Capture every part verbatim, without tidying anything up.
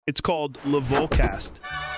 It's called Le Volcast.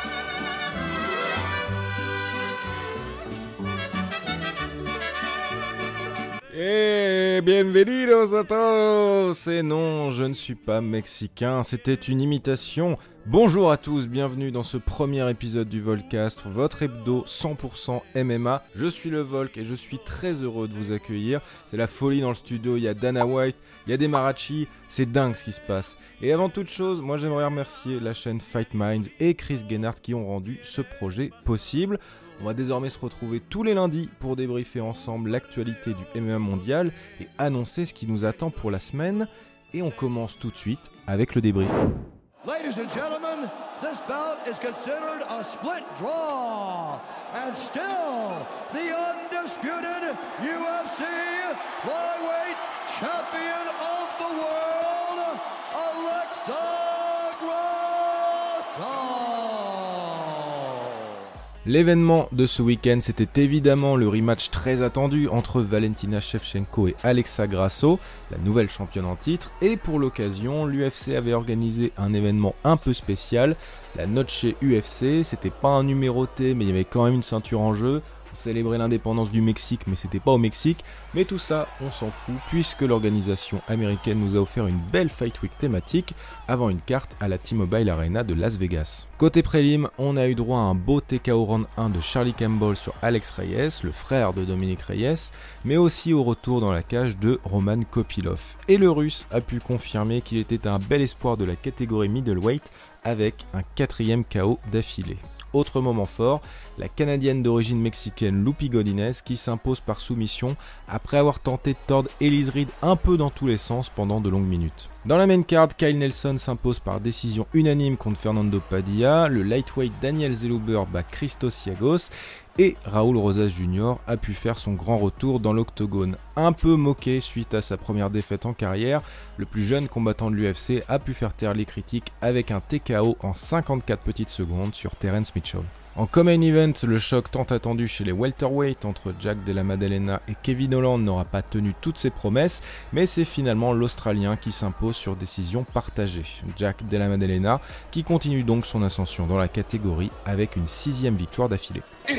Eh, bienvenidos a todos! Et non, je ne suis pas mexicain, c'était une imitation. Bonjour à tous, bienvenue dans ce premier épisode du Volcast, votre hebdo cent pour cent M M A. Je suis le Volk et je suis très heureux de vous accueillir. C'est la folie dans le studio, il y a Dana White, il y a des Marachis, c'est dingue ce qui se passe. Et avant toute chose, moi j'aimerais remercier la chaîne Fight Minds et Chris Gennard qui ont rendu ce projet possible. On va désormais se retrouver tous les lundis pour débriefer ensemble l'actualité du M M A mondial et annoncer ce qui nous attend pour la semaine. Et on commence tout de suite avec le débrief. Ladies and gentlemen, this bout is considered a split draw. And still, the undisputed U F C flyweight champion of the world, Alexa Grasso. L'événement de ce week-end, c'était évidemment le rematch très attendu entre Valentina Shevchenko et Alexa Grasso, la nouvelle championne en titre, et pour l'occasion, l'U F C avait organisé un événement un peu spécial, la Noche U F C. C'était pas un numéroté, mais il y avait quand même une ceinture en jeu. On célébrait l'indépendance du Mexique, mais c'était pas au Mexique. Mais tout ça, on s'en fout, puisque l'organisation américaine nous a offert une belle Fight Week thématique avant une carte à la T-Mobile Arena de Las Vegas. Côté prélim, on a eu droit à un beau T K O round un de Charlie Campbell sur Alex Reyes, le frère de Dominic Reyes, mais aussi au retour dans la cage de Roman Kopylov. Et le Russe a pu confirmer qu'il était un bel espoir de la catégorie middleweight avec un quatrième K O d'affilée. Autre moment fort, la Canadienne d'origine mexicaine Lupi Godinez qui s'impose par soumission après avoir tenté de tordre Elise Reed un peu dans tous les sens pendant de longues minutes. Dans la main card, Kyle Nelson s'impose par décision unanime contre Fernando Padilla, le lightweight Daniel Zellhuber bat Christos Giagos et Raúl Rosas Junior a pu faire son grand retour dans l'octogone. Un peu moqué suite à sa première défaite en carrière, le plus jeune combattant de l'U F C a pu faire taire les critiques avec un T K O en cinquante-quatre petites secondes sur Terence Mitchell. En co-main event, le choc tant attendu chez les welterweight entre Jack Della Maddalena et Kevin Holland n'aura pas tenu toutes ses promesses, mais c'est finalement l'Australien qui s'impose sur décision partagée. Jack Della Maddalena qui continue donc son ascension dans la catégorie avec une sixième victoire d'affilée.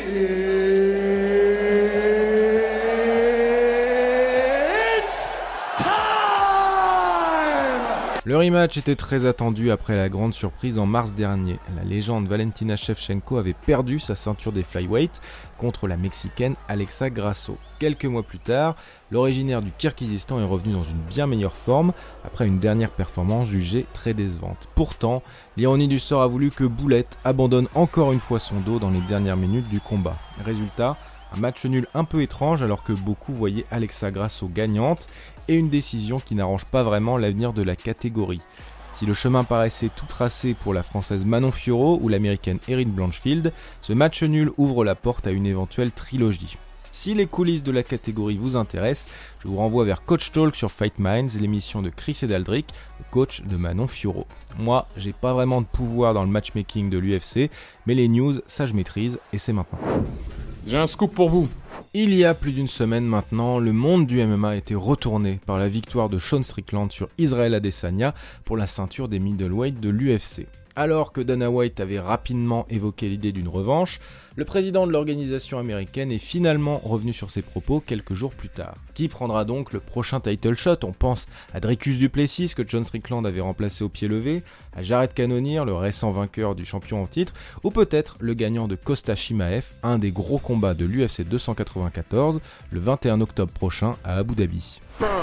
Le rematch était très attendu après la grande surprise en mars dernier. La légende Valentina Shevchenko avait perdu sa ceinture des flyweight contre la mexicaine Alexa Grasso. Quelques mois plus tard, l'originaire du Kirghizistan est revenu dans une bien meilleure forme après une dernière performance jugée très décevante. Pourtant, l'ironie du sort a voulu que Boulette abandonne encore une fois son dos dans les dernières minutes du combat. Résultat, un match nul un peu étrange alors que beaucoup voyaient Alexa Grasso gagnante et une décision qui n'arrange pas vraiment l'avenir de la catégorie. Si le chemin paraissait tout tracé pour la française Manon Fiorot ou l'américaine Erin Blanchfield, ce match nul ouvre la porte à une éventuelle trilogie. Si les coulisses de la catégorie vous intéressent, je vous renvoie vers Coach Talk sur Fight Minds, l'émission de Chris Edaldrick, le coach de Manon Fiorot. Moi, j'ai pas vraiment de pouvoir dans le matchmaking de l'U F C, mais les news, ça je maîtrise et c'est maintenant. J'ai un scoop pour vous. Il y a plus d'une semaine maintenant, le monde du M M A a été retourné par la victoire de Sean Strickland sur Israel Adesanya pour la ceinture des middleweight de l'U F C. Alors que Dana White avait rapidement évoqué l'idée d'une revanche, le président de l'organisation américaine est finalement revenu sur ses propos quelques jours plus tard. Qui prendra donc le prochain title shot? On pense à Dricus du Plessis que John Strickland avait remplacé au pied levé, à Jared Cannonier, le récent vainqueur du champion en titre, ou peut-être le gagnant de Costa Chimaev, un des gros combats de l'U F C deux cent quatre-vingt-quatorze, le vingt et un octobre prochain à Abu Dhabi.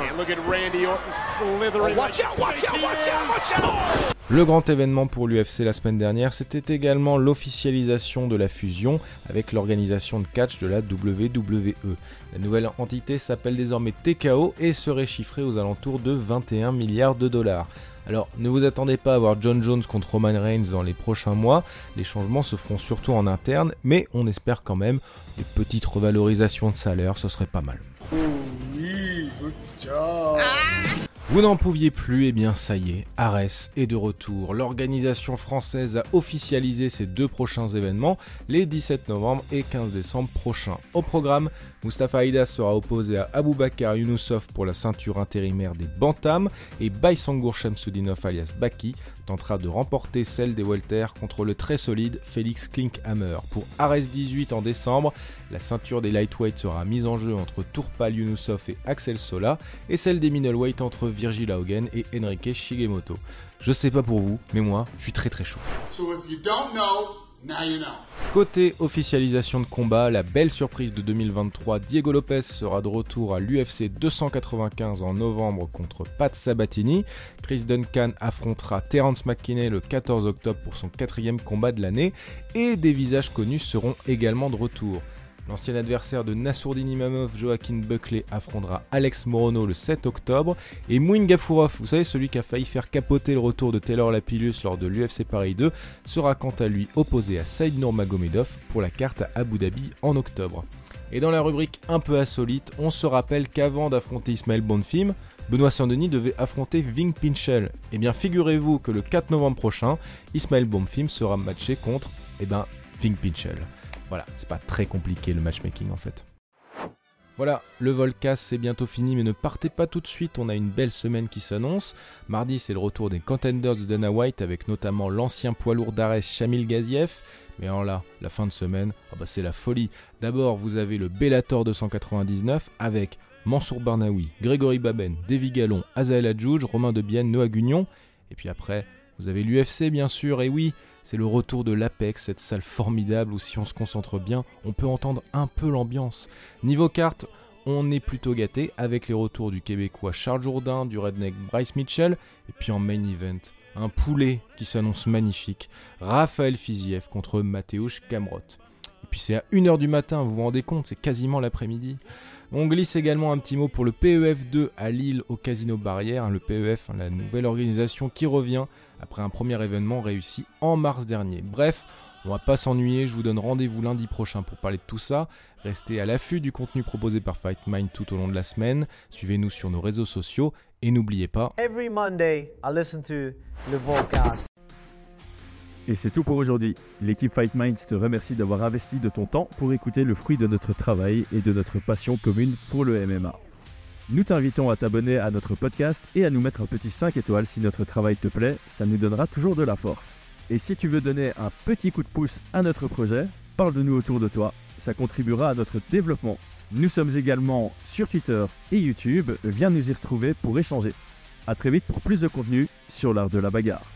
Le grand événement pour l'U F C la semaine dernière, c'était également l'officialisation de la fusion avec l'organisation de catch de la W W E. La nouvelle entité s'appelle désormais T K O et serait chiffrée aux alentours de vingt et un milliards de dollars. Alors ne vous attendez pas à voir John Jones contre Roman Reigns dans les prochains mois, les changements se feront surtout en interne, mais on espère quand même des petites revalorisations de salaire, ce serait pas mal. Oui, good job. Vous n'en pouviez plus, et bien ça y est, Ares est de retour. L'organisation française a officialisé ses deux prochains événements, les dix-sept novembre et quinze décembre prochains. Au programme, Mustafa Aida sera opposé à Aboubakar Younousov pour la ceinture intérimaire des Bantams et Baysangour Shamsudinov alias Baki tentera de remporter celle des welter contre le très solide Félix Klinkhammer. Pour Ares dix-huit en décembre, la ceinture des lightweight sera mise en jeu entre Tourpal Yunusov et Axel Sola, et celle des middleweight entre Virgil Haugen et Enrique Shigemoto. Je sais pas pour vous, mais moi, je suis très très chaud. So if you don't know, now you know. Côté officialisation de combat, la belle surprise de deux mille vingt-trois, Diego Lopez sera de retour à l'U F C deux cent quatre-vingt-quinze en novembre contre Pat Sabatini. Chris Duncan affrontera Terence McKinney le quatorze octobre pour son quatrième combat de l'année, et des visages connus seront également de retour. L'ancien adversaire de Nassourdine Imavov, Joaquin Buckley, affrontera Alex Morono le sept octobre, et Mouine Gafurov, vous savez celui qui a failli faire capoter le retour de Taylor Lapillus lors de l'U F C Paris deux, sera quant à lui opposé à Saïd Nurmagomedov pour la carte à Abu Dhabi en octobre. Et dans la rubrique un peu insolite, on se rappelle qu'avant d'affronter Ismaël Bonfim, Benoît Saint-Denis devait affronter Ving Pinchel. Et bien figurez-vous que le quatre novembre prochain, Ismaël Bonfim sera matché contre, eh ben, Ving Pinchel. Voilà, c'est pas très compliqué le matchmaking en fait. Voilà, le Volcast c'est bientôt fini, mais ne partez pas tout de suite, on a une belle semaine qui s'annonce. Mardi c'est le retour des contenders de Dana White avec notamment l'ancien poids lourd d'Ares Shamil Gaziev. Mais alors là, la fin de semaine, oh bah c'est la folie. D'abord vous avez le Bellator deux cent quatre-vingt-dix-neuf avec Mansour Barnaoui, Grégory Baben, Davy Gallon, Azael Adjouj, Romain Debienne, Noah Gugnon. Et puis après, vous avez l'U F C bien sûr, et oui, c'est le retour de l'Apex, cette salle formidable où si on se concentre bien, on peut entendre un peu l'ambiance. Niveau carte, on est plutôt gâté avec les retours du Québécois Charles Jourdain, du Redneck Bryce Mitchell, et puis en main event, un poulet qui s'annonce magnifique, Raphaël Fiziev contre Mateusz Gamrot. Et puis c'est à une heure du matin, vous vous rendez compte, c'est quasiment l'après-midi. On glisse également un petit mot pour le P E F deux à Lille au Casino Barrière, le P E F, la nouvelle organisation qui revient après un premier événement réussi en mars dernier. Bref, on va pas s'ennuyer, je vous donne rendez-vous lundi prochain pour parler de tout ça. Restez à l'affût du contenu proposé par Fight Mind tout au long de la semaine, suivez-nous sur nos réseaux sociaux et n'oubliez pas... Every Monday, I listen to le Volcast. Et c'est tout pour aujourd'hui. L'équipe Fight Minds te remercie d'avoir investi de ton temps pour écouter le fruit de notre travail et de notre passion commune pour le M M A. Nous t'invitons à t'abonner à notre podcast et à nous mettre un petit cinq étoiles si notre travail te plaît, ça nous donnera toujours de la force. Et si tu veux donner un petit coup de pouce à notre projet, parle de nous autour de toi, ça contribuera à notre développement. Nous sommes également sur Twitter et YouTube, viens nous y retrouver pour échanger. A très vite pour plus de contenu sur l'art de la bagarre.